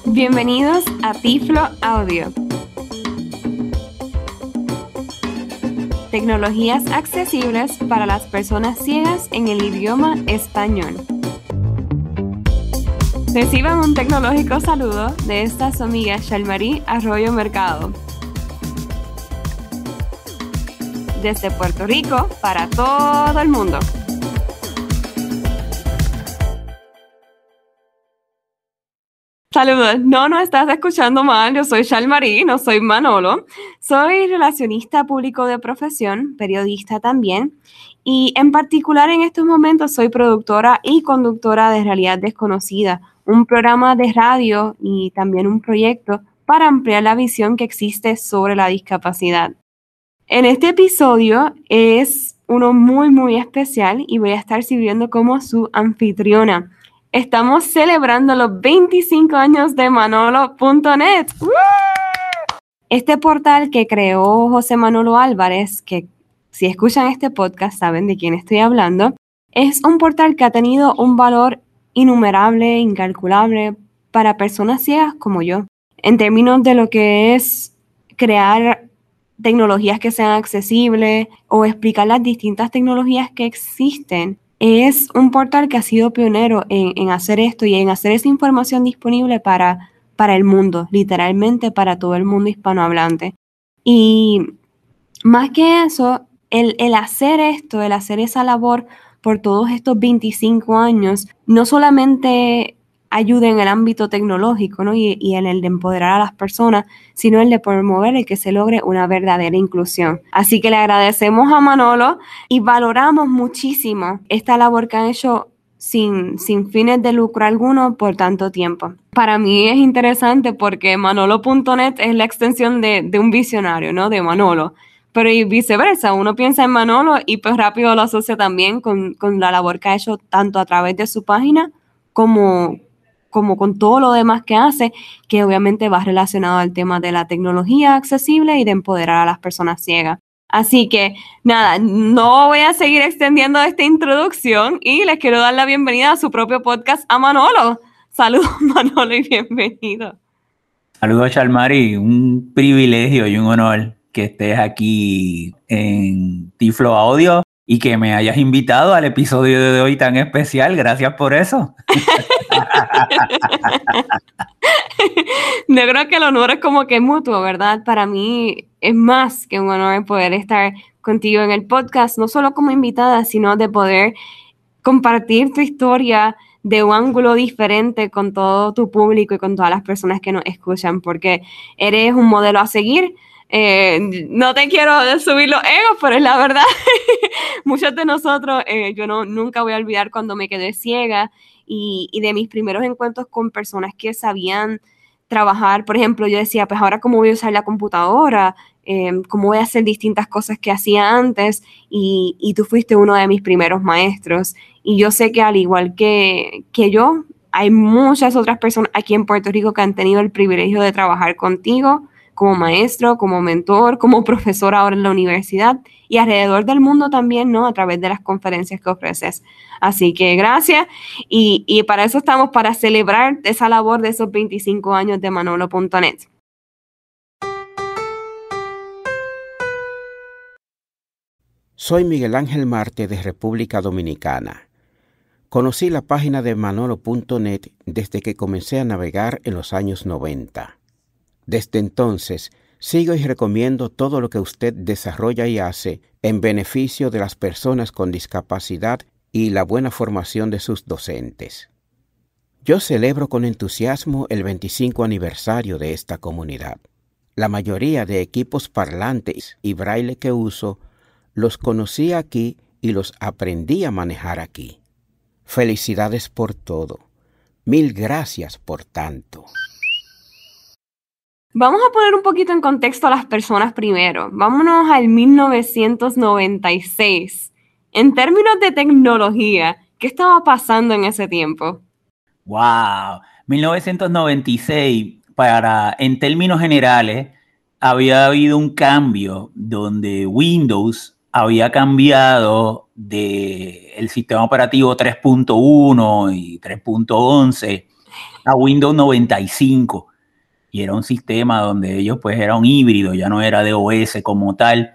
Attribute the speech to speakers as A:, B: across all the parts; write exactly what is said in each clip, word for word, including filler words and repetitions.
A: Bienvenidos a Tiflo Audio. Tecnologías accesibles para las personas ciegas en el idioma español. Reciban un tecnológico saludo de esta su amiga Shalmarí Arroyo Mercado. Desde Puerto Rico para todo el mundo. Saludos, no nos estás escuchando mal, yo soy Shalmarí, no soy Manolo. Soy relacionista público de profesión, periodista también, y en particular en estos momentos soy productora y conductora de Realidad Desconocida, un programa de radio y también un proyecto para ampliar la visión que existe sobre la discapacidad. En este episodio es uno muy muy especial y voy a estar sirviendo como su anfitriona. Estamos celebrando los veinticinco años de Manolo punto net. Este portal que creó José Manolo Álvarez, que si escuchan este podcast saben de quién estoy hablando, es un portal que ha tenido un valor innumerable, incalculable para personas ciegas como yo, en términos de lo que es crear tecnologías que sean accesibles o explicar las distintas tecnologías que existen. Es un portal que ha sido pionero en, en hacer esto y en hacer esa información disponible para, para el mundo, literalmente para todo el mundo hispanohablante. Y más que eso, el, el hacer esto, el hacer esa labor por todos estos veinticinco años, no solamente ayuda en el ámbito tecnológico, ¿no? y, y en el de empoderar a las personas, sino el de promover el que se logre una verdadera inclusión. Así que le agradecemos a Manolo y valoramos muchísimo esta labor que han hecho sin, sin fines de lucro alguno por tanto tiempo. Para mí es interesante porque Manolo punto net es la extensión de, de un visionario, ¿no? De Manolo. Pero y viceversa, uno piensa en Manolo y pues rápido lo asocia también con, con la labor que ha hecho tanto a través de su página como como con todo lo demás que hace, que obviamente va relacionado al tema de la tecnología accesible y de empoderar a las personas ciegas. Así que, nada, no voy a seguir extendiendo esta introducción y les quiero dar la bienvenida a su propio podcast a Manolo. Saludos, Manolo, y bienvenido.
B: Saludos, Shalmarí. Un privilegio y un honor que estés aquí en Tiflo Audio y que me hayas invitado al episodio de hoy tan especial. Gracias por eso.
A: Yo creo que el honor es como que mutuo, ¿verdad? Para mí es más que un honor poder estar contigo en el podcast, no solo como invitada, sino de poder compartir tu historia de un ángulo diferente con todo tu público y con todas las personas que nos escuchan, porque eres un modelo a seguir. Eh, no te quiero subir los egos, pero es la verdad. Muchos de nosotros, eh, yo no, nunca voy a olvidar cuando me quedé ciega y, y de mis primeros encuentros con personas que sabían trabajar. Por ejemplo, yo decía, pues ahora cómo voy a usar la computadora, eh, cómo voy a hacer distintas cosas que hacía antes, y, y tú fuiste uno de mis primeros maestros. Y yo sé que al igual que, que yo, hay muchas otras personas aquí en Puerto Rico que han tenido el privilegio de trabajar contigo como maestro, como mentor, como profesor ahora en la universidad y alrededor del mundo también, ¿no? A través de las conferencias que ofreces. Así que gracias y, y para eso estamos, para celebrar esa labor de esos veinticinco años de Manolo punto net.
C: Soy Miguel Ángel Marte de República Dominicana. Conocí la página de Manolo punto net desde que comencé a navegar en los años noventa. Desde entonces, sigo y recomiendo todo lo que usted desarrolla y hace en beneficio de las personas con discapacidad y la buena formación de sus docentes. Yo celebro con entusiasmo el veinticinco aniversario de esta comunidad. La mayoría de equipos parlantes y braille que uso los conocí aquí y los aprendí a manejar aquí. Felicidades por todo. Mil gracias por tanto.
A: Vamos a poner un poquito en contexto a las personas primero. Vámonos al mil novecientos noventa y seis. En términos de tecnología, ¿qué estaba pasando en ese tiempo?
B: Wow, mil novecientos noventa y seis, para, en términos generales, había habido un cambio donde Windows había cambiado del sistema operativo tres punto uno y tres punto once a Windows noventa y cinco. Y era un sistema donde ellos pues era un híbrido, ya no era de O S como tal.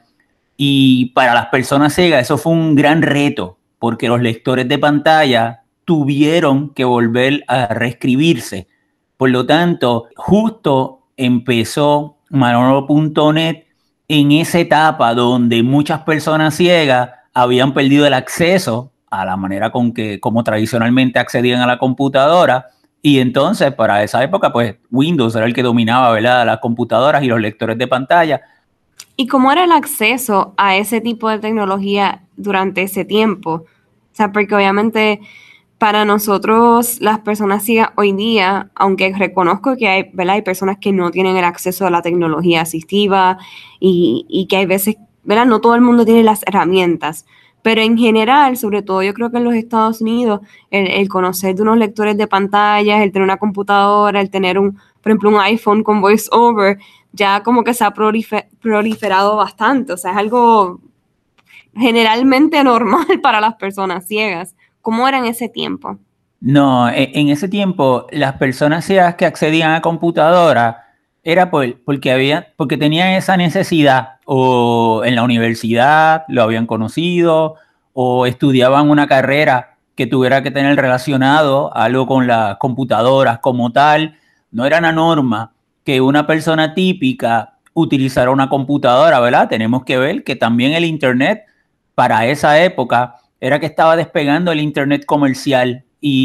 B: Y para las personas ciegas eso fue un gran reto, porque los lectores de pantalla tuvieron que volver a reescribirse. Por lo tanto, justo empezó Manolo punto net en esa etapa donde muchas personas ciegas habían perdido el acceso a la manera con que, como tradicionalmente accedían a la computadora. Y entonces, para esa época, pues Windows era el que dominaba, ¿verdad?, las computadoras y los lectores de pantalla.
A: ¿Y cómo era el acceso a ese tipo de tecnología durante ese tiempo? O sea, porque obviamente para nosotros, las personas ciegas hoy día, aunque reconozco que hay, ¿verdad?, hay personas que no tienen el acceso a la tecnología asistiva y, y que hay veces, ¿verdad?, no todo el mundo tiene las herramientas. Pero en general, sobre todo yo creo que en los Estados Unidos, el, el conocer de unos lectores de pantallas, el tener una computadora, el tener, un, por ejemplo, un iPhone con VoiceOver, ya como que se ha prolifer- proliferado bastante. O sea, es algo generalmente normal para las personas ciegas. ¿Cómo era en ese tiempo?
B: No, en ese tiempo las personas ciegas que accedían a computadoras era por, porque, había, porque tenían esa necesidad, o en la universidad lo habían conocido, o estudiaban una carrera que tuviera que tener relacionado algo con las computadoras como tal. No era una norma que una persona típica utilizara una computadora, ¿verdad? Tenemos que ver que también el Internet para esa época era que estaba despegando el Internet comercial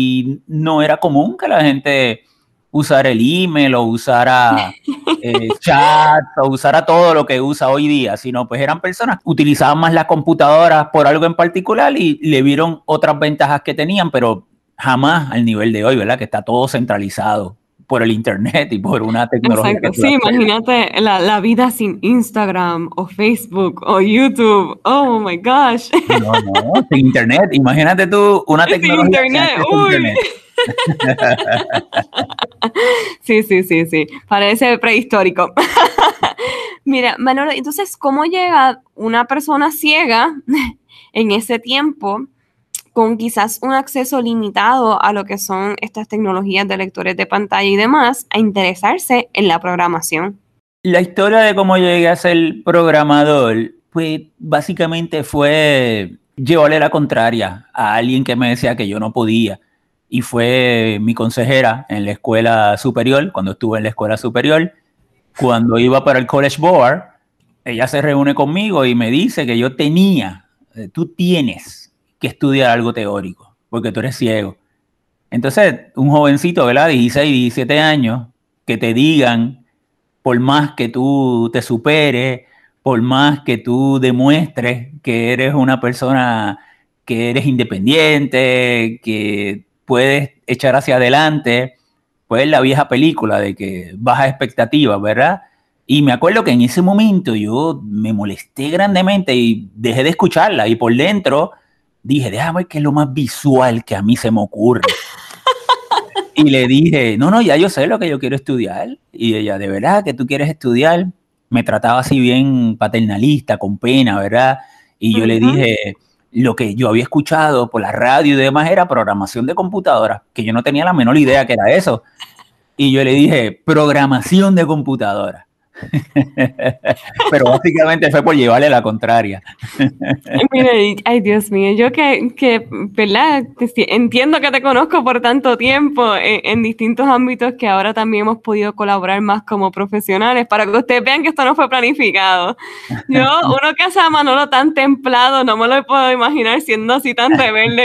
B: y no era común que la gente usara el email o usara eh, chat o usara todo lo que usa hoy día, sino pues eran personas que utilizaban más las computadoras por algo en particular y le vieron otras ventajas que tenían, pero jamás al nivel de hoy, ¿verdad? Que está todo centralizado por el Internet y por una tecnología.
A: Exacto,
B: que tú
A: sí,
B: accedes.
A: imagínate la, la vida sin Instagram o Facebook o YouTube. Oh my gosh.
B: No, no, sin Internet. Imagínate tú una
A: Sin
B: tecnología sin
A: Internet,
B: acceso a
A: uy.
B: Internet.
A: Sí, sí, sí, sí. Parece prehistórico. Mira, Manolo, entonces, ¿cómo llega una persona ciega en ese tiempo con quizás un acceso limitado a lo que son estas tecnologías de lectores de pantalla y demás a interesarse en la programación?
B: La historia de cómo llegué a ser programador, pues básicamente fue llevarle la contraria a alguien que me decía que yo no podía. Y fue mi consejera en la escuela superior, cuando estuve en la escuela superior, cuando iba para el College Board, ella se reúne conmigo y me dice que yo tenía, eh, tú tienes que estudiar algo teórico, porque tú eres ciego. Entonces, un jovencito, ¿verdad? dieciséis, diecisiete años, que te digan, por más que tú te superes, por más que tú demuestres que eres una persona que eres independiente, que puedes echar hacia adelante, pues la vieja película de que baja expectativas, ¿verdad? Y me acuerdo que en ese momento yo me molesté grandemente y dejé de escucharla y por dentro dije, déjame ver qué es lo más visual que a mí se me ocurre. Y le dije, no, no, ya yo sé lo que yo quiero estudiar. Y ella, ¿de verdad que tú quieres estudiar? Me trataba así bien paternalista, con pena, ¿verdad? Y yo uh-huh. le dije, lo que yo había escuchado por la radio y demás era programación de computadoras, que yo no tenía la menor idea que era eso. Y yo le dije, programación de computadoras. Pero básicamente fue por llevarle la contraria.
A: Mira, ay Dios mío, yo que, que ¿verdad? Entiendo que te conozco por tanto tiempo en, en distintos ámbitos que ahora también hemos podido colaborar más como profesionales para que ustedes vean que esto no fue planificado. Yo, uno que hace a Manolo tan templado, no me lo puedo imaginar siendo así tan rebelde.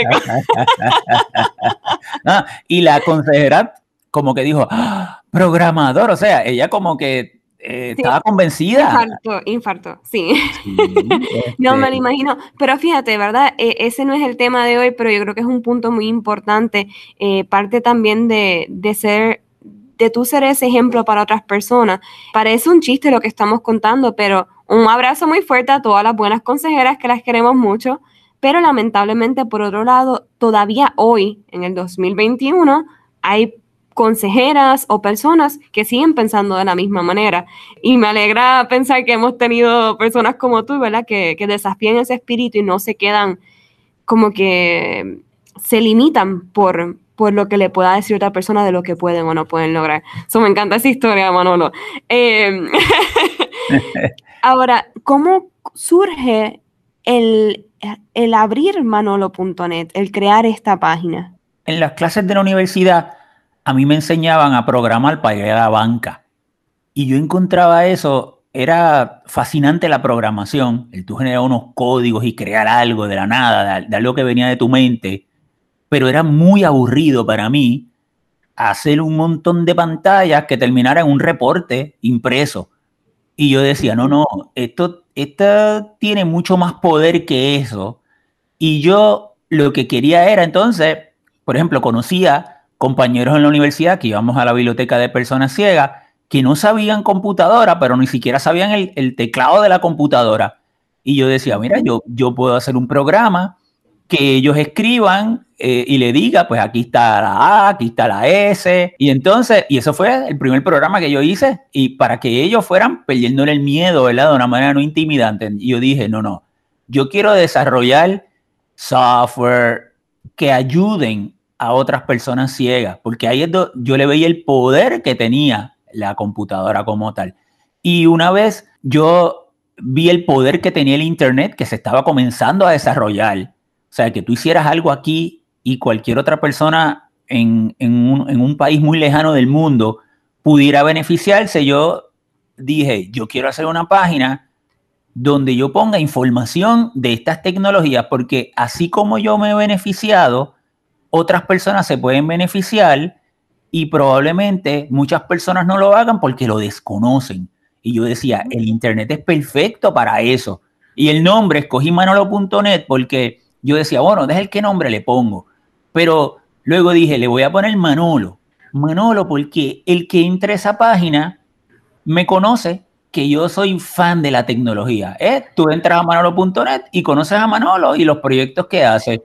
B: Ah, y la consejera como que dijo, ¡ah, programador! O sea, ella como que Eh, sí, estaba convencida.
A: Infarto, infarto, sí. sí este... No me lo imagino. Pero fíjate, ¿verdad? Eh, ese no es el tema de hoy, pero yo creo que es un punto muy importante. Eh, parte también de, de ser, de tú ser ese ejemplo para otras personas. Parece un chiste lo que estamos contando, pero un abrazo muy fuerte a todas las buenas consejeras que las queremos mucho. Pero lamentablemente, por otro lado, todavía hoy, en el dos mil veintiuno, hay consejeras o personas que siguen pensando de la misma manera. Y me alegra pensar que hemos tenido personas como tú, ¿verdad? Que, que desafían ese espíritu y no se quedan como que se limitan por, por lo que le pueda decir otra persona de lo que pueden o no pueden lograr. Eso me encanta esa historia, Manolo. Eh, ahora, ¿cómo surge el, el abrir manolo punto net, el crear esta página?
B: En las clases de la universidad a mí me enseñaban a programar para ir a la banca. Y yo encontraba eso, era fascinante la programación, el tú generar unos códigos y crear algo de la nada, de, de algo que venía de tu mente, pero era muy aburrido para mí hacer un montón de pantallas que terminara en un reporte impreso. Y yo decía, no, no, esto, esto tiene mucho más poder que eso. Y yo lo que quería era entonces, por ejemplo, conocía compañeros en la universidad que íbamos a la biblioteca de personas ciegas que no sabían computadora, pero ni siquiera sabían el, el teclado de la computadora. Y yo decía, mira, yo, yo puedo hacer un programa que ellos escriban eh, y le diga, pues aquí está la A, aquí está la S. Y entonces, y eso fue el primer programa que yo hice, y para que ellos fueran perdiéndole el miedo, ¿verdad? De una manera no intimidante. Y yo dije, no, no, yo quiero desarrollar software que ayuden a otras personas ciegas, porque ahí es donde yo le veía el poder que tenía la computadora como tal. Y una vez yo vi el poder que tenía el internet, que se estaba comenzando a desarrollar, o sea, que tú hicieras algo aquí y cualquier otra persona en, en, un, en un país muy lejano del mundo pudiera beneficiarse, yo dije, yo quiero hacer una página donde yo ponga información de estas tecnologías, porque así como yo me he beneficiado, otras personas se pueden beneficiar y probablemente muchas personas no lo hagan porque lo desconocen. Y yo decía, el internet es perfecto para eso. Y el nombre, escogí manolo punto net porque yo decía, bueno, deja el qué nombre le pongo. Pero luego dije, le voy a poner Manolo. Manolo porque el que entre a esa página me conoce que yo soy fan de la tecnología. ¿Eh? Tú entras a manolo punto net y conoces a Manolo y los proyectos que hace.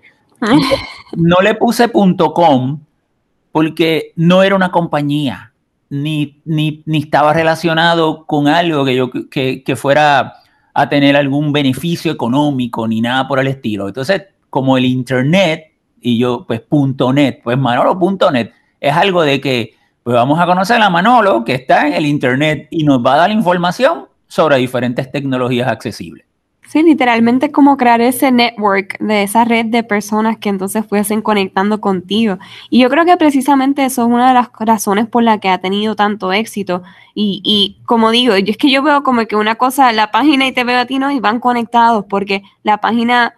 B: No le puse .com porque no era una compañía, ni, ni, ni estaba relacionado con algo que, yo, que, que fuera a tener algún beneficio económico, ni nada por el estilo. Entonces, como el internet, y yo, pues, .net, pues manolo punto net, es algo de que, pues vamos a conocer a Manolo, que está en el internet, y nos va a dar información sobre diferentes tecnologías accesibles.
A: Sí, literalmente es como crear ese network de esa red de personas que entonces fuesen conectando contigo. Y yo creo que precisamente eso es una de las razones por la que ha tenido tanto éxito. Y, y como digo, yo es que yo veo como que una cosa, la página y te veo a ti, ¿no? Y van conectados porque la página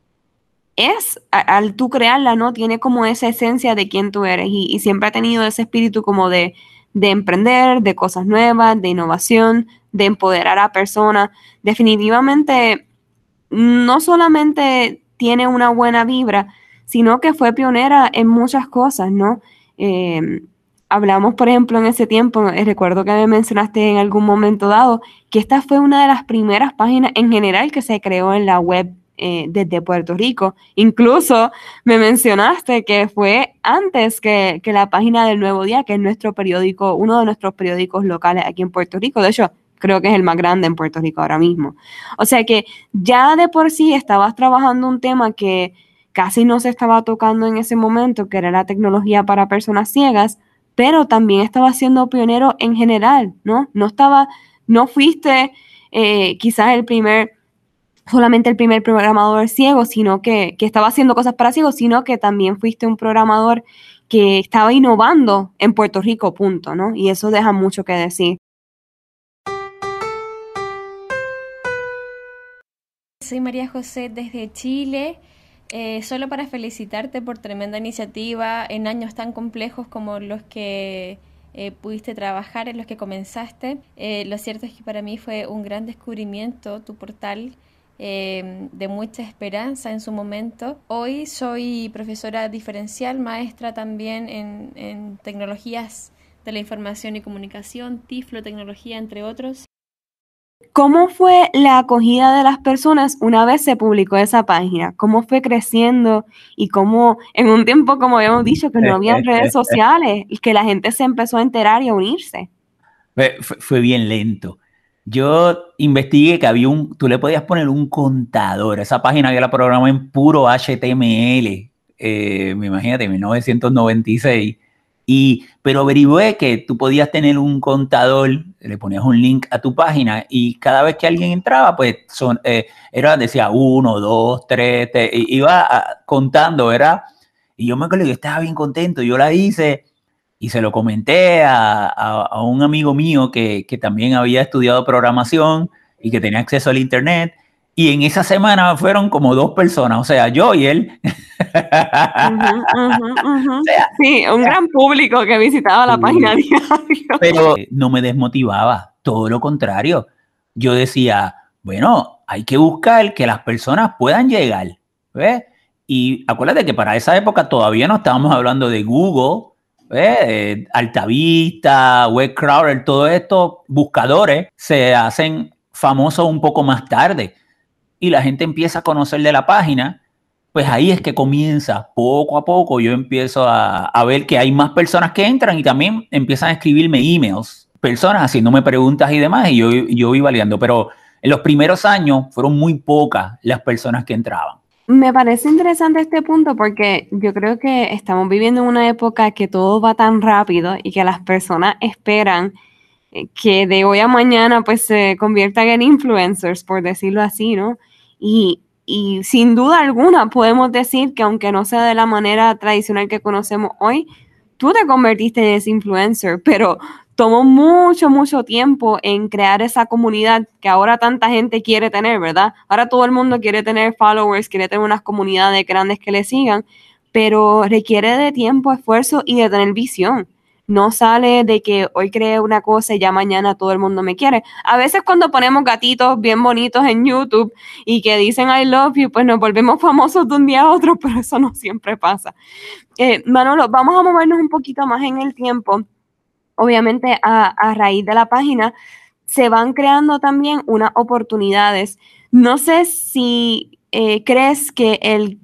A: es, a, al tú crearla, ¿no? Tiene como esa esencia de quién tú eres y, y siempre ha tenido ese espíritu como de, de emprender, de cosas nuevas, de innovación, de empoderar a personas. Definitivamente no solamente tiene una buena vibra, sino que fue pionera en muchas cosas, ¿no? Eh, hablamos, por ejemplo, en ese tiempo, eh, recuerdo que me mencionaste en algún momento dado, que esta fue una de las primeras páginas en general que se creó en la web eh, desde Puerto Rico. Incluso me mencionaste que fue antes que, que la página del Nuevo Día, que es nuestro periódico, uno de nuestros periódicos locales aquí en Puerto Rico. De hecho, creo que es el más grande en Puerto Rico ahora mismo. O sea que ya de por sí estabas trabajando un tema que casi no se estaba tocando en ese momento, que era la tecnología para personas ciegas, pero también estabas siendo pionero en general, ¿no? No estaba, no fuiste eh, quizás el primer, solamente el primer programador ciego, sino que, que estaba haciendo cosas para ciegos, sino que también fuiste un programador que estaba innovando en Puerto Rico, punto, ¿no? Y eso deja mucho que decir.
D: Soy María José desde Chile, eh, solo para felicitarte por tremenda iniciativa en años tan complejos como los que eh, pudiste trabajar, en los que comenzaste. Eh, lo cierto es que para mí fue un gran descubrimiento tu portal, eh, de mucha esperanza en su momento. Hoy soy profesora diferencial, maestra también en, en tecnologías de la información y comunicación, Tiflo, tecnología, entre otros.
A: ¿Cómo fue la acogida de las personas una vez se publicó esa página? ¿Cómo fue creciendo? Y cómo en un tiempo, como habíamos dicho, que no había redes sociales, y que la gente se empezó a enterar y a unirse.
B: Fue, fue, fue bien lento. Yo investigué que había un, tú le podías poner un contador. Esa página yo la programé en puro H T M L. eh, me imagínate, en mil novecientos noventa y seis, y, pero averigüé que tú podías tener un contador, le ponías un link a tu página y cada vez que alguien entraba, pues son, eh, era, decía uno, dos, tres, te, iba a, contando, ¿verdad? Y yo me acuerdo que yo estaba bien contento, yo la hice y se lo comenté a, a, a un amigo mío que, que también había estudiado programación y que tenía acceso al internet. Y en esa semana fueron como dos personas, o sea, yo y él.
A: Uh-huh, uh-huh, uh-huh. O sea, sí, un o sea, gran público que visitaba la sí, página diario.
B: Pero no me desmotivaba, todo lo contrario. Yo decía, bueno, hay que buscar que las personas puedan llegar, ¿ves? Y acuérdate que para esa época todavía no estábamos hablando de Google, ¿ves? Eh, Altavista, WebCrawler, todos estos buscadores se hacen famosos un poco más tarde. Y la gente empieza a conocer de la página, pues ahí es que comienza, poco a poco yo empiezo a, a ver que hay más personas que entran y también empiezan a escribirme emails, personas haciéndome preguntas y demás, y yo, yo iba validando, pero en los primeros años fueron muy pocas las personas que entraban.
A: Me parece interesante este punto porque yo creo que estamos viviendo en una época que todo va tan rápido y que las personas esperan que de hoy a mañana pues se conviertan en influencers, por decirlo así, ¿no? Y, y sin duda alguna podemos decir que aunque no sea de la manera tradicional que conocemos hoy, tú te convertiste en ese influencer, pero tomó mucho, mucho tiempo en crear esa comunidad que ahora tanta gente quiere tener, ¿verdad? Ahora todo el mundo quiere tener followers, quiere tener unas comunidades grandes que le sigan, pero requiere de tiempo, esfuerzo y de tener visión. No sale de que hoy creé una cosa y ya mañana todo el mundo me quiere. A veces cuando ponemos gatitos bien bonitos en YouTube y que dicen I love you, pues nos volvemos famosos de un día a otro, pero eso no siempre pasa. Eh, Manolo, vamos a movernos un poquito más en el tiempo. Obviamente a, a raíz de la página se van creando también unas oportunidades. No sé si eh, crees que el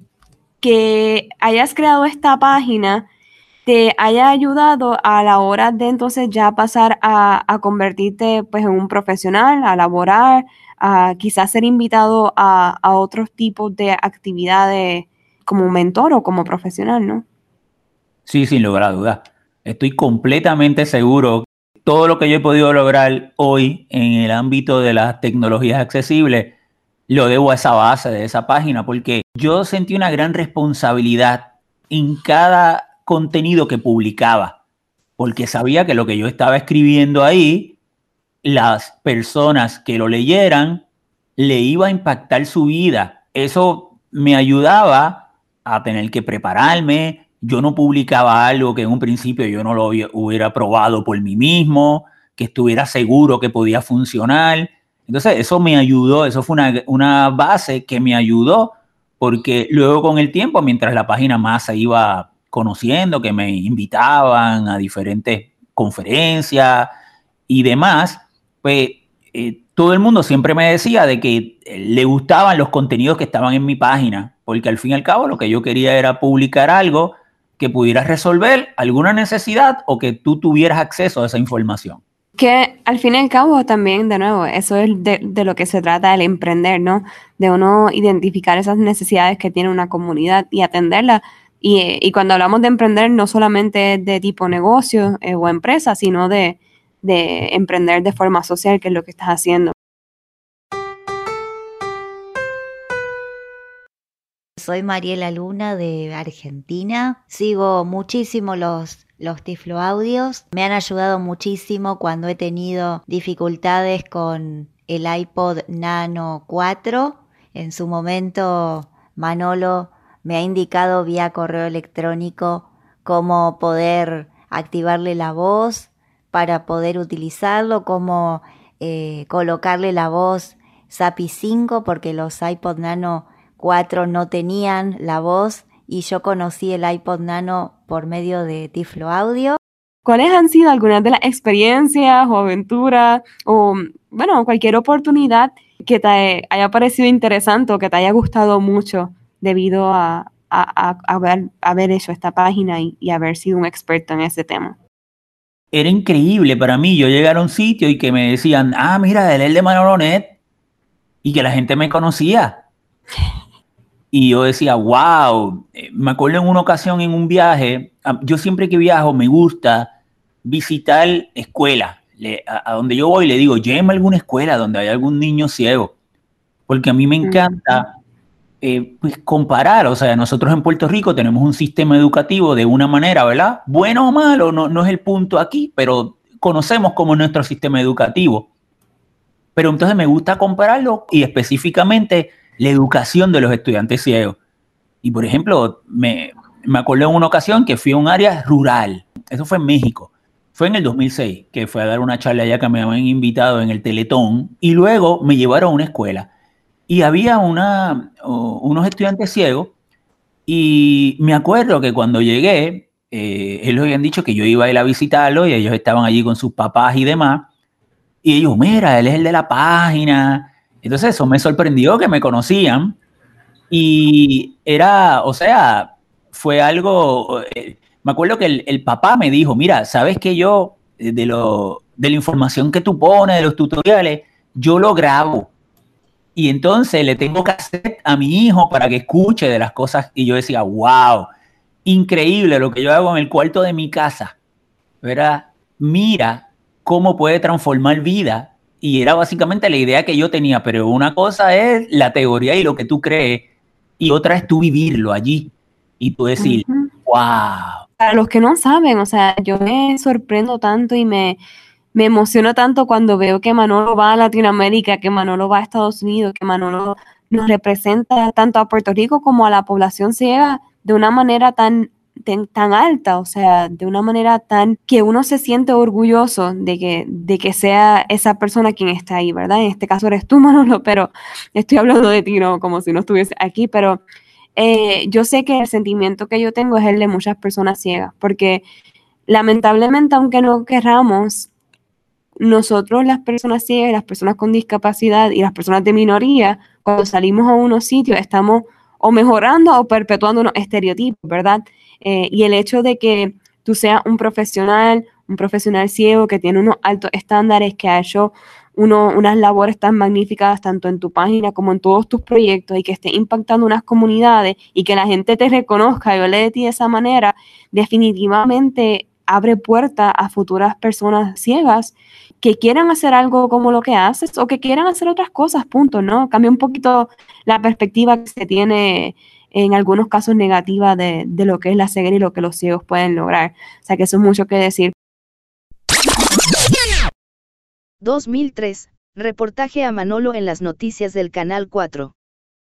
A: que hayas creado esta página te haya ayudado a la hora de entonces ya pasar a, a convertirte pues en un profesional, a laborar, a quizás ser invitado a, a otros tipos de actividades como mentor o como profesional, ¿no?
B: Sí, sin lugar a dudas. Estoy completamente seguro que todo lo que yo he podido lograr hoy en el ámbito de las tecnologías accesibles lo debo a esa base de esa página, porque yo sentí una gran responsabilidad en cada contenido que publicaba, porque sabía que lo que yo estaba escribiendo ahí, las personas que lo leyeran, le iba a impactar su vida. Eso me ayudaba a tener que prepararme. Yo no publicaba algo que en un principio yo no lo hubiera probado por mí mismo, que estuviera seguro que podía funcionar. Entonces eso me ayudó, eso fue una, una base que me ayudó, porque luego con el tiempo, mientras la página más se iba conociendo, que me invitaban a diferentes conferencias y demás, pues eh, todo el mundo siempre me decía de que le gustaban los contenidos que estaban en mi página, porque al fin y al cabo lo que yo quería era publicar algo que pudiera resolver alguna necesidad o que tú tuvieras acceso a esa información.
A: Que al fin y al cabo también, de nuevo, eso es de, de lo que se trata el emprender, ¿no? De uno identificar esas necesidades que tiene una comunidad y atenderlas. Y, y cuando hablamos de emprender, no solamente de tipo negocio eh, o empresa, sino de, de emprender de forma social, que es lo que estás haciendo.
E: Soy Mariela Luna de Argentina. Sigo muchísimo los, los Tiflo Audios. Me han ayudado muchísimo cuando he tenido dificultades con el iPod Nano cuatro. En su momento, Manolo me ha indicado vía correo electrónico cómo poder activarle la voz para poder utilizarlo, cómo eh, colocarle la voz S A P I cinco, porque los iPod Nano cuatro no tenían la voz y yo conocí el iPod Nano por medio de Tiflo Audio.
A: ¿Cuáles han sido algunas de las experiencias o aventuras o, bueno, cualquier oportunidad que te haya parecido interesante o que te haya gustado mucho debido a, a, a, a haber, haber hecho esta página y, y haber sido un experto en ese tema?
B: Era increíble para mí yo llegar a un sitio y que me decían, ah, mira, él es de Manolo.net, y que la gente me conocía. Y yo decía, wow, me acuerdo en una ocasión en un viaje, yo siempre que viajo me gusta visitar escuelas. Le, a, a donde yo voy le digo, llévame a alguna escuela donde haya algún niño ciego, porque a mí me encanta eh, pues comparar. O sea, nosotros en Puerto Rico tenemos un sistema educativo de una manera, ¿verdad? Bueno o malo, no, no es el punto aquí, pero conocemos cómo es nuestro sistema educativo. Pero entonces me gusta compararlo y específicamente la educación de los estudiantes ciegos. Y por ejemplo, me, me acuerdo en una ocasión que fui a un área rural, eso fue en México. Fue en el dos mil seis, que fue a dar una charla allá que me habían invitado en el Teletón, y luego me llevaron a una escuela. Y había una, uh, unos estudiantes ciegos, y me acuerdo que cuando llegué, eh, ellos habían dicho que yo iba a ir a visitarlo, y ellos estaban allí con sus papás y demás, y ellos, mira, él es el de la página. Entonces eso me sorprendió que me conocían, y era, o sea, fue algo... Eh, me acuerdo que el, el papá me dijo, mira, ¿sabes que yo, de, lo, de la información que tú pones, de los tutoriales, yo lo grabo? Y entonces le tengo cassette a mi hijo para que escuche de las cosas. Y yo decía, wow, increíble lo que yo hago en el cuarto de mi casa, ¿verdad? Mira cómo puede transformar vida. Y era básicamente la idea que yo tenía, pero una cosa es la teoría y lo que tú crees, y otra es tú vivirlo allí. Y tú decir, uh-huh. wow.
A: Para los que no saben, o sea, yo me sorprendo tanto y me, me emociono tanto cuando veo que Manolo va a Latinoamérica, que Manolo va a Estados Unidos, que Manolo nos representa tanto a Puerto Rico como a la población ciega de una manera tan, tan, tan alta, o sea, de una manera tan que uno se siente orgulloso de que, de que sea esa persona quien está ahí, ¿verdad? En este caso eres tú, Manolo, pero estoy hablando de ti, ¿no? Como si no estuviese aquí, pero... Eh, yo sé que el sentimiento que yo tengo es el de muchas personas ciegas, porque lamentablemente, aunque no querramos, nosotros las personas ciegas, las personas con discapacidad y las personas de minoría, cuando salimos a unos sitios estamos o mejorando o perpetuando unos estereotipos, ¿verdad? Eh, y el hecho de que tú seas un profesional, un profesional ciego que tiene unos altos estándares, que ha hecho Uno, unas labores tan magníficas tanto en tu página como en todos tus proyectos y que esté impactando unas comunidades y que la gente te reconozca y hable de ti de esa manera, definitivamente abre puertas a futuras personas ciegas que quieran hacer algo como lo que haces o que quieran hacer otras cosas, punto, ¿no? Cambia un poquito la perspectiva que se tiene en algunos casos negativa de, de lo que es la ceguera y lo que los ciegos pueden lograr. O sea que eso es mucho que decir.
F: dos mil tres, reportaje a Manolo en las noticias del Canal cuatro.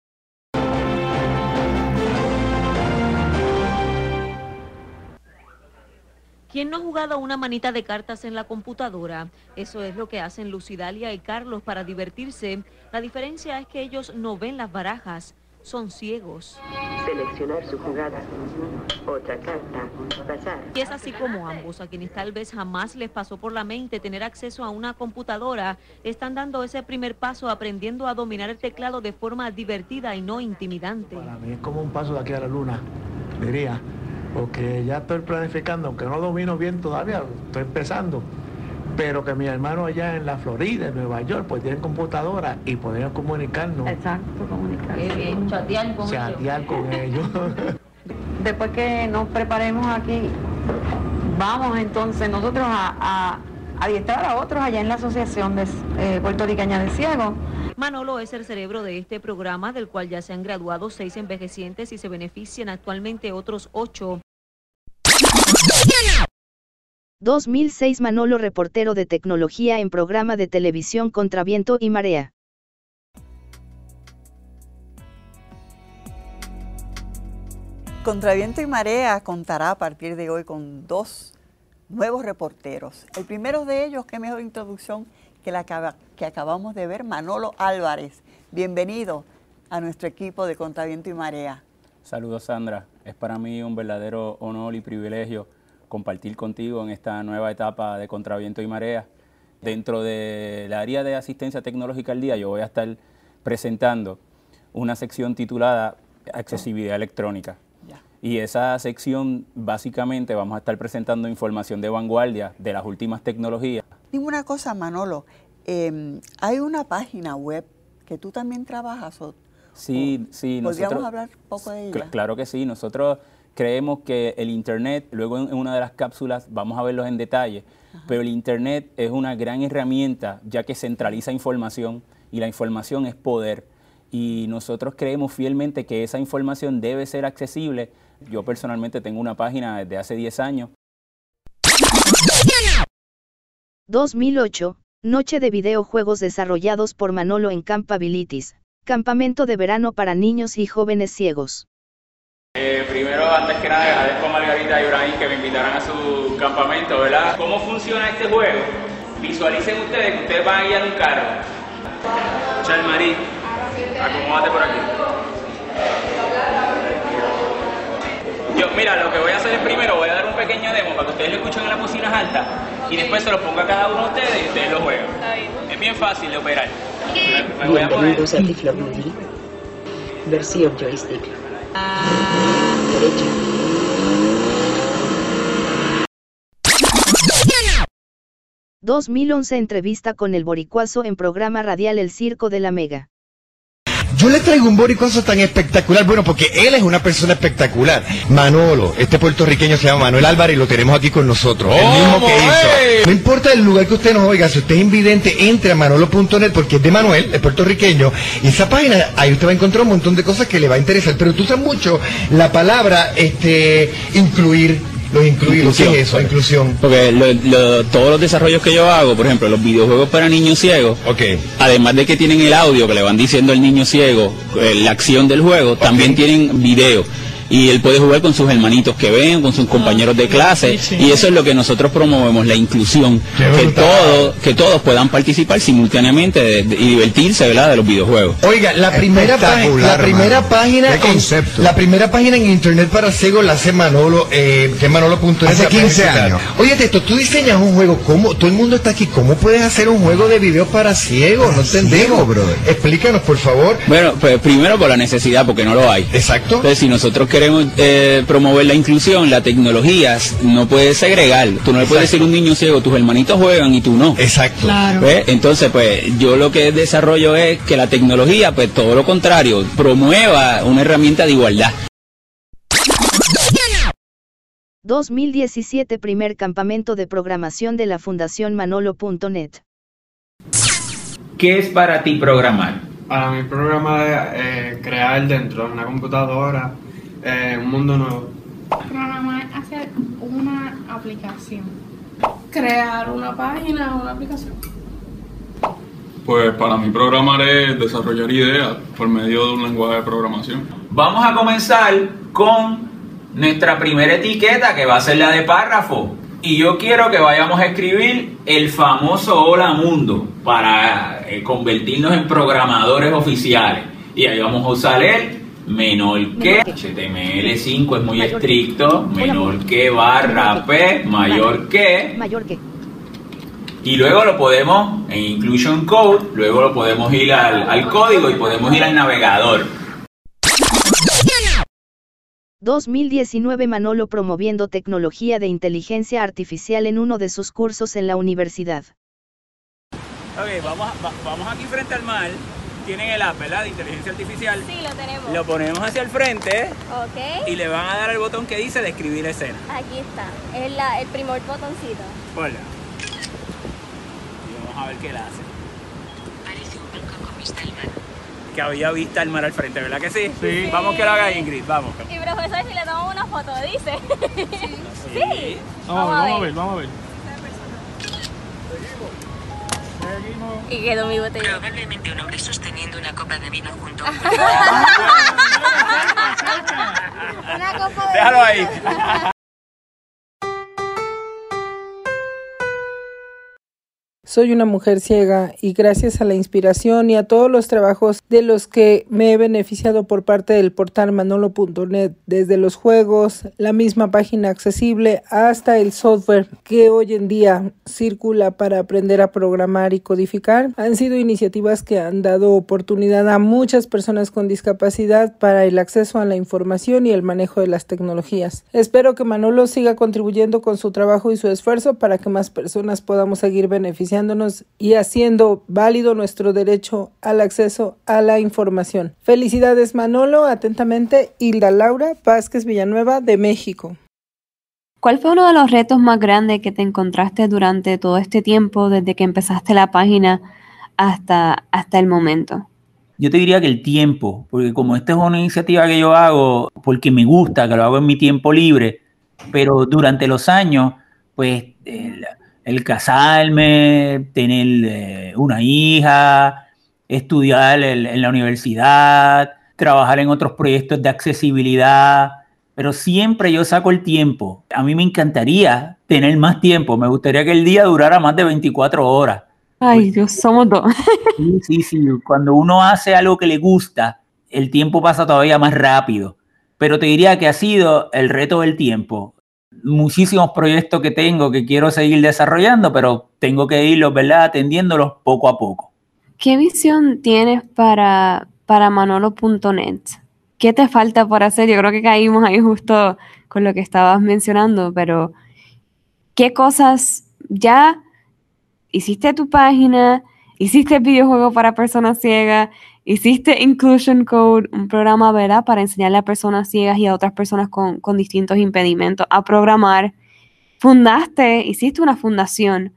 G: ¿Quién no ha jugado una manita de cartas en la computadora? Eso es lo que hacen Lucidalia y Carlos para divertirse. La diferencia es que ellos no ven las barajas, son ciegos.
H: Seleccionar su jugada. Otra carta. Pasar.
G: Y es así como ambos, a quienes tal vez jamás les pasó por la mente tener acceso a una computadora, están dando ese primer paso aprendiendo a dominar el teclado de forma divertida y no intimidante.
I: Para mí es como un paso de aquí a la luna, diría, porque ya estoy planificando, aunque no domino bien todavía, estoy empezando, pero que mis hermanos allá en la Florida, en Nueva York, pues tienen computadora y podemos comunicarnos.
J: Exacto, comunicarnos.
G: Qué bien, chatear con
I: chatear
G: ellos.
I: con ellos.
J: Después que nos preparemos aquí, vamos entonces nosotros a, a adiestrar a otros allá en la Asociación de, eh, Puertorriqueña de Ciegos.
G: Manolo es el cerebro de este programa, del cual ya se han graduado seis envejecientes y se benefician actualmente otros ocho.
F: dos mil seis Manolo, reportero de tecnología en programa de televisión Contra Viento y Marea.
K: Contra Viento y Marea contará a partir de hoy con dos nuevos reporteros. El primero de ellos, qué mejor introducción que la que acabamos de ver, Manolo Álvarez. Bienvenido a nuestro equipo de Contra Viento y Marea.
L: Saludos, Sandra. Es para mí un verdadero honor y privilegio compartir contigo en esta nueva etapa de Contra Viento y Marea. Dentro del área de asistencia tecnológica al día, yo voy a estar presentando una sección titulada Accesibilidad Electrónica. Ya. Y esa sección, básicamente, vamos a estar presentando información de vanguardia de las últimas tecnologías.
K: Dime una cosa, Manolo, eh, hay una página web que tú también trabajas, o,
L: Sí, sí.
K: ¿Podríamos
L: nosotros,
K: hablar un poco de ella?
L: Cl- claro que sí. Nosotros creemos que el Internet, luego en una de las cápsulas vamos a verlos en detalle, Ajá. pero el Internet es una gran herramienta ya que centraliza información y la información es poder. Y nosotros creemos fielmente que esa información debe ser accesible. Yo personalmente tengo una página desde hace diez años.
F: dos mil ocho, Noche de videojuegos desarrollados por Manolo en Campabilities, campamento de verano para niños y jóvenes ciegos.
L: Eh, primero, antes que nada, agradezco a Margarita y Ibrahim que me invitaran a su campamento, ¿verdad? ¿Cómo funciona este juego? Visualicen ustedes que ustedes van a guiar un carro. Chalmarí, acomódate por aquí. Yo, mira, lo que voy a hacer es primero, voy a dar un pequeño demo para que ustedes lo escuchen en las bocinas altas y después se lo ponga a cada uno de ustedes y ustedes lo juegan. Es bien fácil de operar. Me, me voy a mover.
H: Bienvenidos a Tiflo Movie. Versión joystick. Derecha.
F: dos mil once Entrevista con el boricuazo en programa radial El Circo de la Mega.
M: Yo le traigo un boricuazo tan espectacular, bueno, porque él es una persona espectacular. Manolo, este puertorriqueño se llama Manuel Álvarez y lo tenemos aquí con nosotros. El mismo que hizo. No importa el lugar que usted nos oiga, si usted es invidente, entre a manolo punto net porque es de Manuel, es puertorriqueño. Y esa página, ahí usted va a encontrar un montón de cosas que le va a interesar. Pero tú usas mucho la palabra, este, incluir. Los incluidos, ¿qué es eso? Inclusión.
L: Porque lo, lo, todos los desarrollos que yo hago, por ejemplo, los videojuegos para niños ciegos,
M: okay.
L: además de que tienen el audio que le van diciendo al niño ciego, eh, la acción del juego, okay. también tienen video. Y él puede jugar con sus hermanitos que ven, con sus compañeros de clase, sí, sí. y eso es lo que nosotros promovemos, la inclusión, que todos, que todos puedan participar simultáneamente de, de, y divertirse, ¿verdad?, de los videojuegos.
M: Oiga, la primera, la primera página, en, la primera página en internet para ciegos la hace Manolo, eh, que es manolo punto net.
N: Hace quince años.
M: Oye, esto, tú diseñas un juego, ¿cómo? Todo el mundo está aquí, ¿cómo puedes hacer un juego de video para ciegos? Para no entendemos, ciego, brother. Explícanos, por favor.
L: Bueno, pues primero por la necesidad, porque no lo hay.
M: Exacto.
L: Entonces, si nosotros queremos queremos eh, promover la inclusión, la tecnología no puedes segregar. Tú no le puedes decir a un niño ciego, tus hermanitos juegan y tú no.
M: Exacto.
N: Claro.
L: ¿Ves? Entonces, pues, yo lo que desarrollo es que la tecnología, pues, todo lo contrario, promueva una herramienta de igualdad.
F: dos mil diecisiete Primer campamento de programación de la Fundación Manolo punto net.
B: ¿Qué es para ti programar?
O: Para mí programar es eh, crear dentro de una computadora eh, un mundo nuevo.
P: Programar es hacer una aplicación. Crear una página o una aplicación.
Q: Pues para mí programar es desarrollar ideas por medio de un lenguaje de programación.
B: Vamos a comenzar con nuestra primera etiqueta, que va a ser la de párrafo. Y yo quiero que vayamos a escribir el famoso hola mundo para eh, convertirnos en programadores oficiales. Y ahí vamos a usar el menor que H T M L cinco es muy estricto, menor que barra P, mayor que,
F: mayor que.
B: Y luego lo podemos en Inclusion Code, luego lo podemos ir al, al código y podemos ir al navegador.
F: dos mil diecinueve Manolo promoviendo tecnología de inteligencia artificial en uno de sus cursos en la universidad.
L: Ok, vamos, a, va, vamos aquí frente al mar. Tienen el app, ¿verdad? De inteligencia artificial.
R: Sí, lo tenemos.
L: Lo ponemos hacia el frente.
R: Ok.
L: Y le van a dar al botón que dice describir escena.
R: Aquí está. Es la, el primer botoncito.
L: Hola. Y vamos a ver qué la hace.
H: Parece un banco con vista al mar.
L: Que había vista al mar al frente, ¿verdad que sí?
O: Sí.
L: Vamos que lo haga Ingrid, vamos.
R: Y profesor, si le tomamos una foto, dice.
L: Sí.
R: Sí.
O: Vamos, vamos, vamos a ver, vamos a ver.
R: Y quedó mi botella.
H: Probablemente un hombre sosteniendo una copa de vino junto a un
R: Una copa de
L: Déjalo ahí.
S: Soy una mujer ciega y gracias a la inspiración y a todos los trabajos de los que me he beneficiado por parte del portal manolo punto net, desde los juegos, la misma página accesible, hasta el software que hoy en día circula para aprender a programar y codificar, han sido iniciativas que han dado oportunidad a muchas personas con discapacidad para el acceso a la información y el manejo de las tecnologías. Espero que Manolo siga contribuyendo con su trabajo y su esfuerzo para que más personas podamos seguir beneficiando apoyándonos y haciendo válido nuestro derecho al acceso a la información. Felicidades, Manolo. Atentamente, Hilda Laura Vázquez Villanueva, de México.
A: ¿Cuál fue uno de los retos más grandes que te encontraste durante todo este tiempo, desde que empezaste la página hasta, hasta el momento?
B: Yo te diría que el tiempo, porque como esta es una iniciativa que yo hago porque me gusta, que lo hago en mi tiempo libre, pero durante los años, pues el, el casarme, tener eh, una hija, estudiar en, en la universidad, trabajar en otros proyectos de accesibilidad, pero siempre yo saco el tiempo. A mí me encantaría tener más tiempo, me gustaría que el día durara más de veinticuatro horas.
A: Ay, Dios, somos dos.
B: Sí, sí, sí. Cuando uno hace algo que le gusta, el tiempo pasa todavía más rápido. Pero te diría que ha sido el reto del tiempo. Muchísimos proyectos que tengo que quiero seguir desarrollando, pero tengo que irlos, ¿verdad?, atendiéndolos poco a poco.
A: ¿Qué visión tienes para, para Manolo punto net? ¿Qué te falta por hacer? Yo creo que caímos ahí justo con lo que estabas mencionando, pero ¿qué cosas ya... Hiciste tu página, hiciste el videojuego para personas ciegas, hiciste Inclusion Code, un programa, ¿verdad?, para enseñarle a personas ciegas y a otras personas con, con distintos impedimentos a programar. Fundaste, hiciste una fundación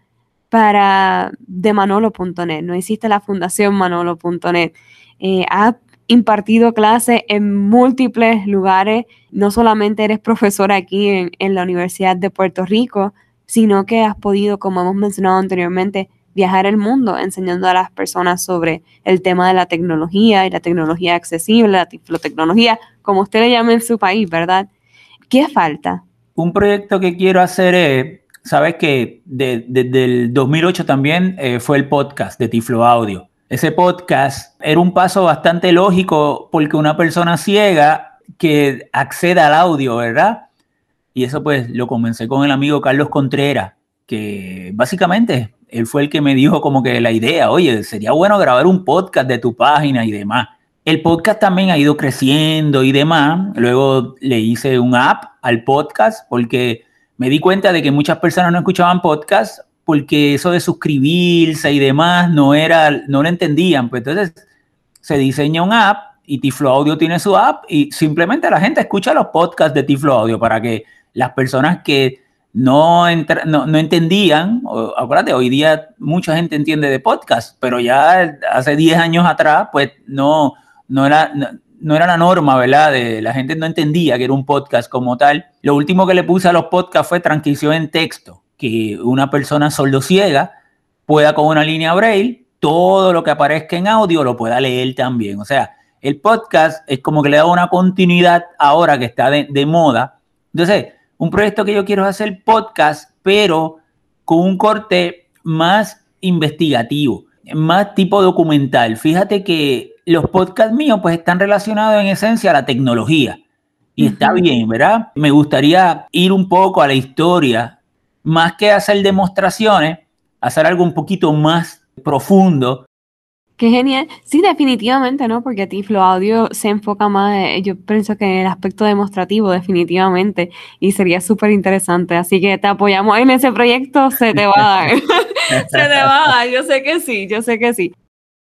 A: para de Manolo punto net, no hiciste la fundación Manolo punto net. Eh, has impartido clases en múltiples lugares, no solamente eres profesora aquí en, en la Universidad de Puerto Rico, sino que has podido, como hemos mencionado anteriormente, viajar el mundo enseñando a las personas sobre el tema de la tecnología y la tecnología accesible, la tiflotecnología, como usted le llama en su país, ¿verdad? ¿Qué falta?
B: Un proyecto que quiero hacer es, sabes que desde de, de, el dos mil ocho también eh, fue el podcast de Tiflo Audio. Ese podcast era un paso bastante lógico porque una persona ciega que acceda al audio, ¿verdad? Y eso pues lo comencé con el amigo Carlos Contreras, que básicamente él fue el que me dijo como que la idea, oye, sería bueno grabar un podcast de tu página y demás. El podcast también ha ido creciendo y demás. Luego le hice un app al podcast porque me di cuenta de que muchas personas no escuchaban podcast porque eso de suscribirse y demás no era, no lo entendían. Pues entonces se diseña un app y Tiflo Audio tiene su app y simplemente la gente escucha los podcasts de Tiflo Audio para que las personas que no, entra, no, no entendían, o, acuérdate, hoy día mucha gente entiende de podcast, pero ya hace diez años atrás, pues no, no, era, no, no era la norma, ¿verdad? De, la gente no entendía que era un podcast como tal. Lo último que le puse a los podcasts fue transcripción en texto, que una persona sordociega pueda con una línea braille, todo lo que aparezca en audio lo pueda leer también. O sea, el podcast es como que le da una continuidad ahora que está de, de moda. Entonces, un proyecto que yo quiero es hacer podcast, pero con un corte más investigativo, más tipo documental. Fíjate que los podcasts míos pues están relacionados en esencia a la tecnología. Y uh-huh. Está bien, ¿verdad? Me gustaría ir un poco a la historia, más que hacer demostraciones, hacer algo un poquito más profundo.
A: Qué genial. Sí, definitivamente, ¿no? Porque Tiflo Audio se enfoca más, eh, yo pienso que en el aspecto demostrativo, definitivamente, y sería súper interesante. Así que te apoyamos en ese proyecto, se te va a dar. Se te va a dar, yo sé que sí, yo sé que sí.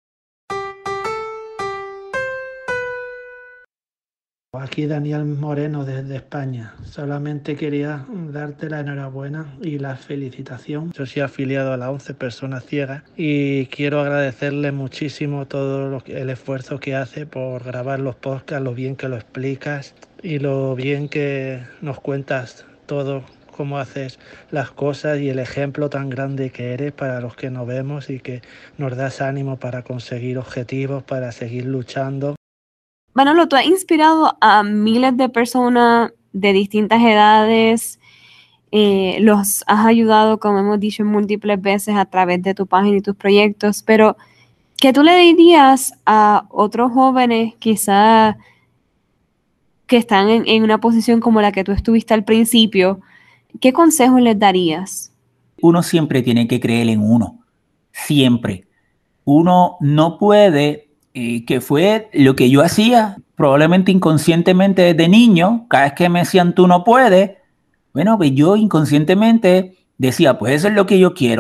N: Aquí Daniel Moreno desde España. Solamente quería darte la enhorabuena y la felicitación. Yo soy afiliado a las once personas ciegas y quiero agradecerle muchísimo todo lo que, el esfuerzo que hace por grabar los podcasts, lo bien que lo explicas y lo bien que nos cuentas todo, cómo haces las cosas y el ejemplo tan grande que eres para los que nos vemos y que nos das ánimo para conseguir objetivos, para seguir luchando.
A: Manolo, tú has inspirado a miles de personas de distintas edades, eh, los has ayudado, como hemos dicho múltiples veces, a través de tu página y tus proyectos, pero ¿qué tú le dirías a otros jóvenes quizá que están en, en una posición como la que tú estuviste al principio? ¿Qué consejos les darías?
B: Uno siempre tiene que creer en uno, siempre. Uno no puede... Eh, que fue lo que yo hacía probablemente inconscientemente desde niño. Cada vez que me decían tú no puedes, bueno, pues yo inconscientemente decía, pues eso es lo que yo quiero.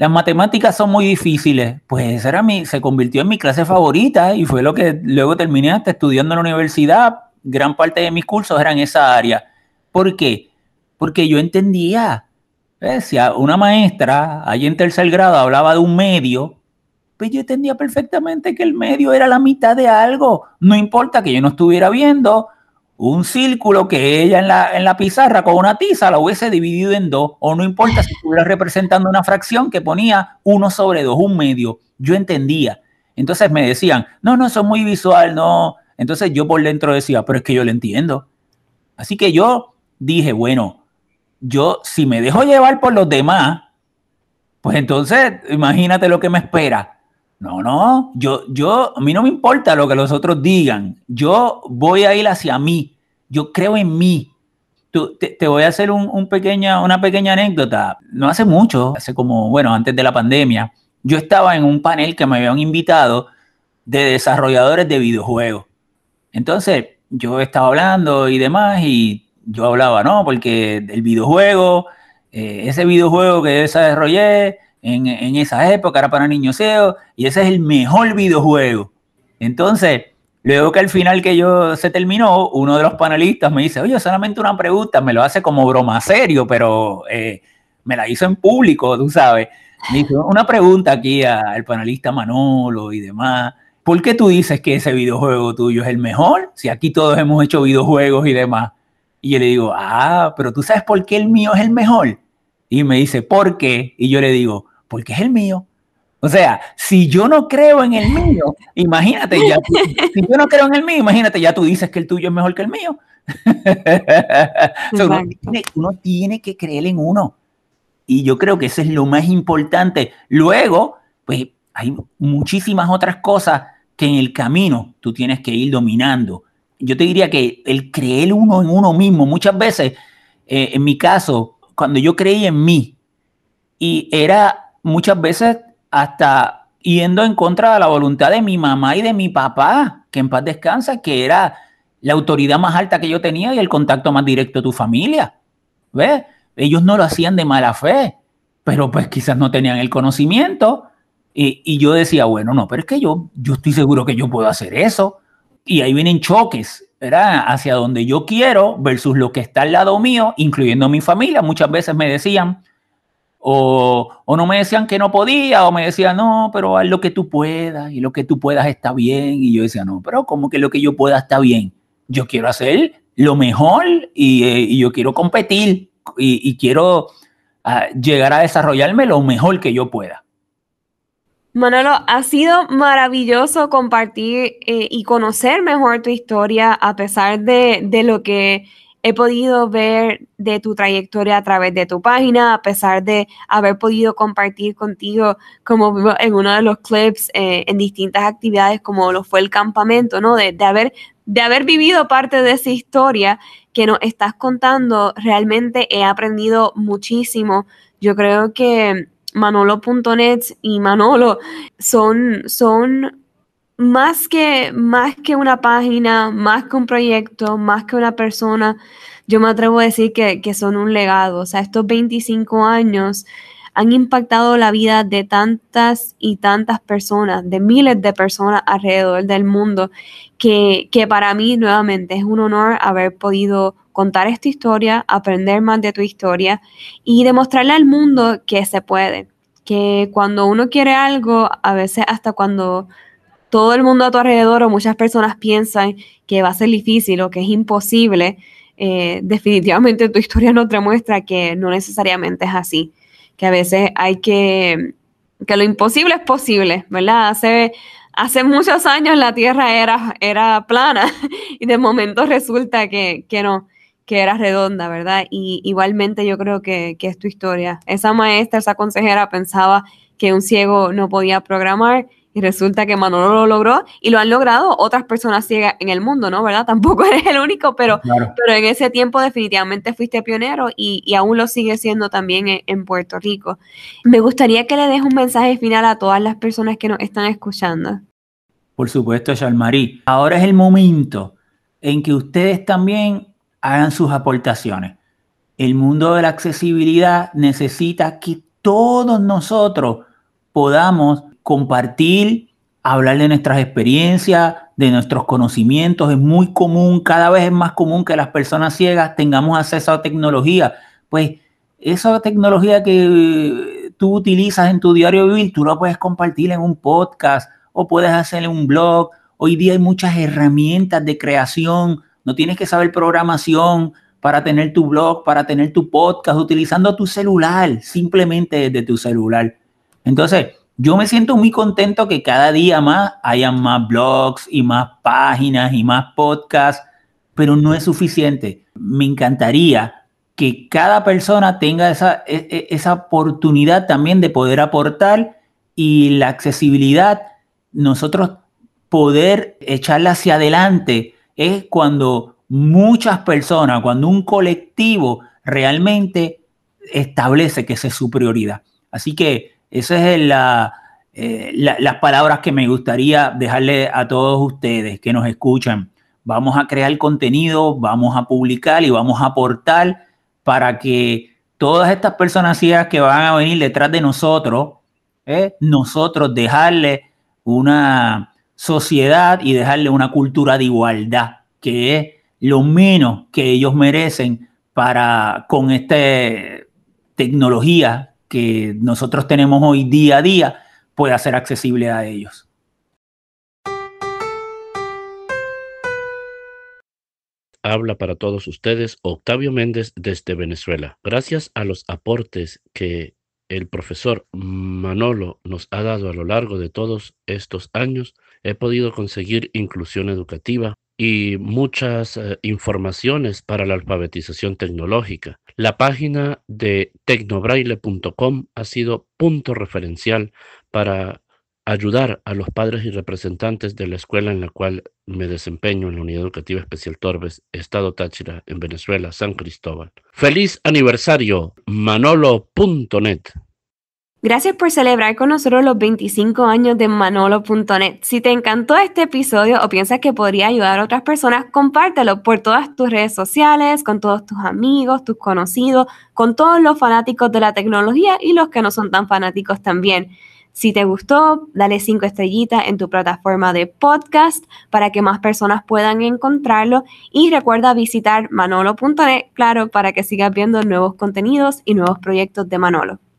B: las matemáticas son muy difíciles. Pues esa era mi, se convirtió en mi clase favorita y fue lo que luego terminé hasta estudiando en la universidad. Gran parte de mis cursos eran esa área. ¿Por qué? Porque yo entendía, ¿eh? Si una maestra allí en tercer grado hablaba de un medio, pues yo entendía perfectamente que el medio era la mitad de algo. No importa que yo no estuviera viendo un círculo que ella en la, en la pizarra con una tiza la hubiese dividido en dos, o no importa si estuviera representando una fracción que ponía uno sobre dos, un medio. Yo entendía. Entonces me decían, no, no, eso es muy visual, no. Entonces yo por dentro decía, pero es que yo lo entiendo. Así que yo dije, bueno, yo si me dejo llevar por los demás, pues entonces imagínate lo que me espera. No, no, yo, yo, a mí no me importa lo que los otros digan. Yo voy a ir hacia mí. Yo creo en mí. Tú, te, te voy a hacer un, un pequeña, una pequeña anécdota. No hace mucho, hace como, bueno, antes de la pandemia, yo estaba en un panel que me habían invitado de desarrolladores de videojuegos. Entonces, yo estaba hablando y demás, y yo hablaba, no, porque el videojuego, eh, ese videojuego que desarrollé, En, en esa época era para niños ciegos y ese es el mejor videojuego. Entonces, luego que al final que yo se terminó, uno de los panelistas me dice, oye, solamente una pregunta, me lo hace como broma serio, pero eh, me la hizo en público, tú sabes. Me hizo una pregunta aquí al panelista Manolo y demás. ¿Por qué tú dices que ese videojuego tuyo es el mejor? Si aquí todos hemos hecho videojuegos y demás. Y yo le digo, ah, pero ¿tú sabes por qué el mío es el mejor? Y me dice, ¿por qué? Y yo le digo, porque es el mío. O sea, si yo no creo en el mío, imagínate ya, si yo no creo en el mío, imagínate, ya tú dices que el tuyo es mejor que el mío. O sea, uno, tiene, uno tiene que creer en uno. Y yo creo que eso es lo más importante. Luego, pues hay muchísimas otras cosas que en el camino tú tienes que ir dominando. Yo te diría que el creer uno en uno mismo, muchas veces, eh, en mi caso, cuando yo creí en mí, y era muchas veces hasta yendo en contra de la voluntad de mi mamá y de mi papá, que en paz descansa, que era la autoridad más alta que yo tenía y el contacto más directo de tu familia. ¿Ves? Ellos no lo hacían de mala fe, pero pues quizás no tenían el conocimiento. Y, y yo decía, bueno, no, pero es que yo, yo estoy seguro que yo puedo hacer eso. Y ahí vienen choques, ¿verdad? Hacia donde yo quiero versus lo que está al lado mío, incluyendo mi familia. Muchas veces me decían, O, o no me decían que no podía, o me decían, no, pero haz lo que tú puedas, y lo que tú puedas está bien. Y yo decía, no, pero ¿cómo que lo que yo pueda está bien? Yo quiero hacer lo mejor y, eh, y yo quiero competir y, y quiero uh, llegar a desarrollarme lo mejor que yo pueda.
A: Manolo, ha sido maravilloso compartir eh, y conocer mejor tu historia a pesar de, de lo que he podido ver de tu trayectoria a través de tu página, a pesar de haber podido compartir contigo, como vimos en uno de los clips, eh, en distintas actividades como lo fue el campamento, ¿no? De, de, haber, de haber vivido parte de esa historia que nos estás contando. Realmente he aprendido muchísimo. Yo creo que Manolo punto net y Manolo son... son Más que, más que una página, más que un proyecto, más que una persona, yo me atrevo a decir que, que son un legado. O sea, estos veinticinco años han impactado la vida de tantas y tantas personas, de miles de personas alrededor del mundo, que, que para mí nuevamente es un honor haber podido contar esta historia, aprender más de tu historia y demostrarle al mundo que se puede, que cuando uno quiere algo, a veces hasta cuando todo el mundo a tu alrededor o muchas personas piensan que va a ser difícil o que es imposible, eh, definitivamente tu historia nos demuestra que no necesariamente es así, que a veces hay que, que lo imposible es posible, ¿verdad? Hace, hace muchos años la Tierra era, era plana y de momento resulta que, que no, que era redonda, ¿verdad? Y igualmente yo creo que, que es tu historia. Esa maestra, esa consejera pensaba que un ciego no podía programar, y resulta que Manolo lo logró y lo han logrado otras personas ciegas en el mundo, ¿no? ¿Verdad? Tampoco eres el único, pero, claro. pero en ese tiempo definitivamente fuiste pionero y, y aún lo sigue siendo también en, en Puerto Rico. Me gustaría que le des un mensaje final a todas las personas que nos están escuchando.
B: Por supuesto, Shalmarí. Ahora es el momento en que ustedes también hagan sus aportaciones. El mundo de la accesibilidad necesita que todos nosotros podamos compartir, hablar de nuestras experiencias, de nuestros conocimientos. Es muy común, cada vez es más común que las personas ciegas tengamos acceso a tecnología. Pues esa tecnología que tú utilizas en tu diario vivir, tú la puedes compartir en un podcast o puedes hacerle un blog. Hoy día hay muchas herramientas de creación. No tienes que saber programación para tener tu blog, para tener tu podcast, utilizando tu celular, simplemente desde tu celular. Entonces, yo me siento muy contento que cada día más hayan más blogs y más páginas y más podcasts, pero no es suficiente. Me encantaría que cada persona tenga esa, esa oportunidad también de poder aportar y la accesibilidad, nosotros poder echarla hacia adelante es cuando muchas personas, cuando un colectivo realmente establece que esa es su prioridad. Así que esas son la, eh, la, las palabras que me gustaría dejarle a todos ustedes que nos escuchan. Vamos a crear contenido, vamos a publicar y vamos a aportar para que todas estas personas ciegas que van a venir detrás de nosotros, eh, nosotros dejarle una sociedad y dejarle una cultura de igualdad, que es lo menos que ellos merecen para con esta tecnología que nosotros tenemos hoy día a día, pueda ser accesible a ellos.
T: Habla para todos ustedes Octavio Méndez desde Venezuela. Gracias a los aportes que el profesor Manolo nos ha dado a lo largo de todos estos años, he podido conseguir inclusión educativa y muchas eh, informaciones para la alfabetización tecnológica. La página de tecnobraille punto com ha sido punto referencial para ayudar a los padres y representantes de la escuela en la cual me desempeño, en la Unidad Educativa Especial Torbes, Estado Táchira, en Venezuela, San Cristóbal. ¡Feliz aniversario! Manolo punto net.
A: Gracias por celebrar con nosotros los veinticinco años de Manolo punto net. Si te encantó este episodio o piensas que podría ayudar a otras personas, compártelo por todas tus redes sociales, con todos tus amigos, tus conocidos, con todos los fanáticos de la tecnología y los que no son tan fanáticos también. Si te gustó, dale cinco estrellitas en tu plataforma de podcast para que más personas puedan encontrarlo y recuerda visitar Manolo punto net, claro, para que sigas viendo nuevos contenidos y nuevos proyectos de Manolo.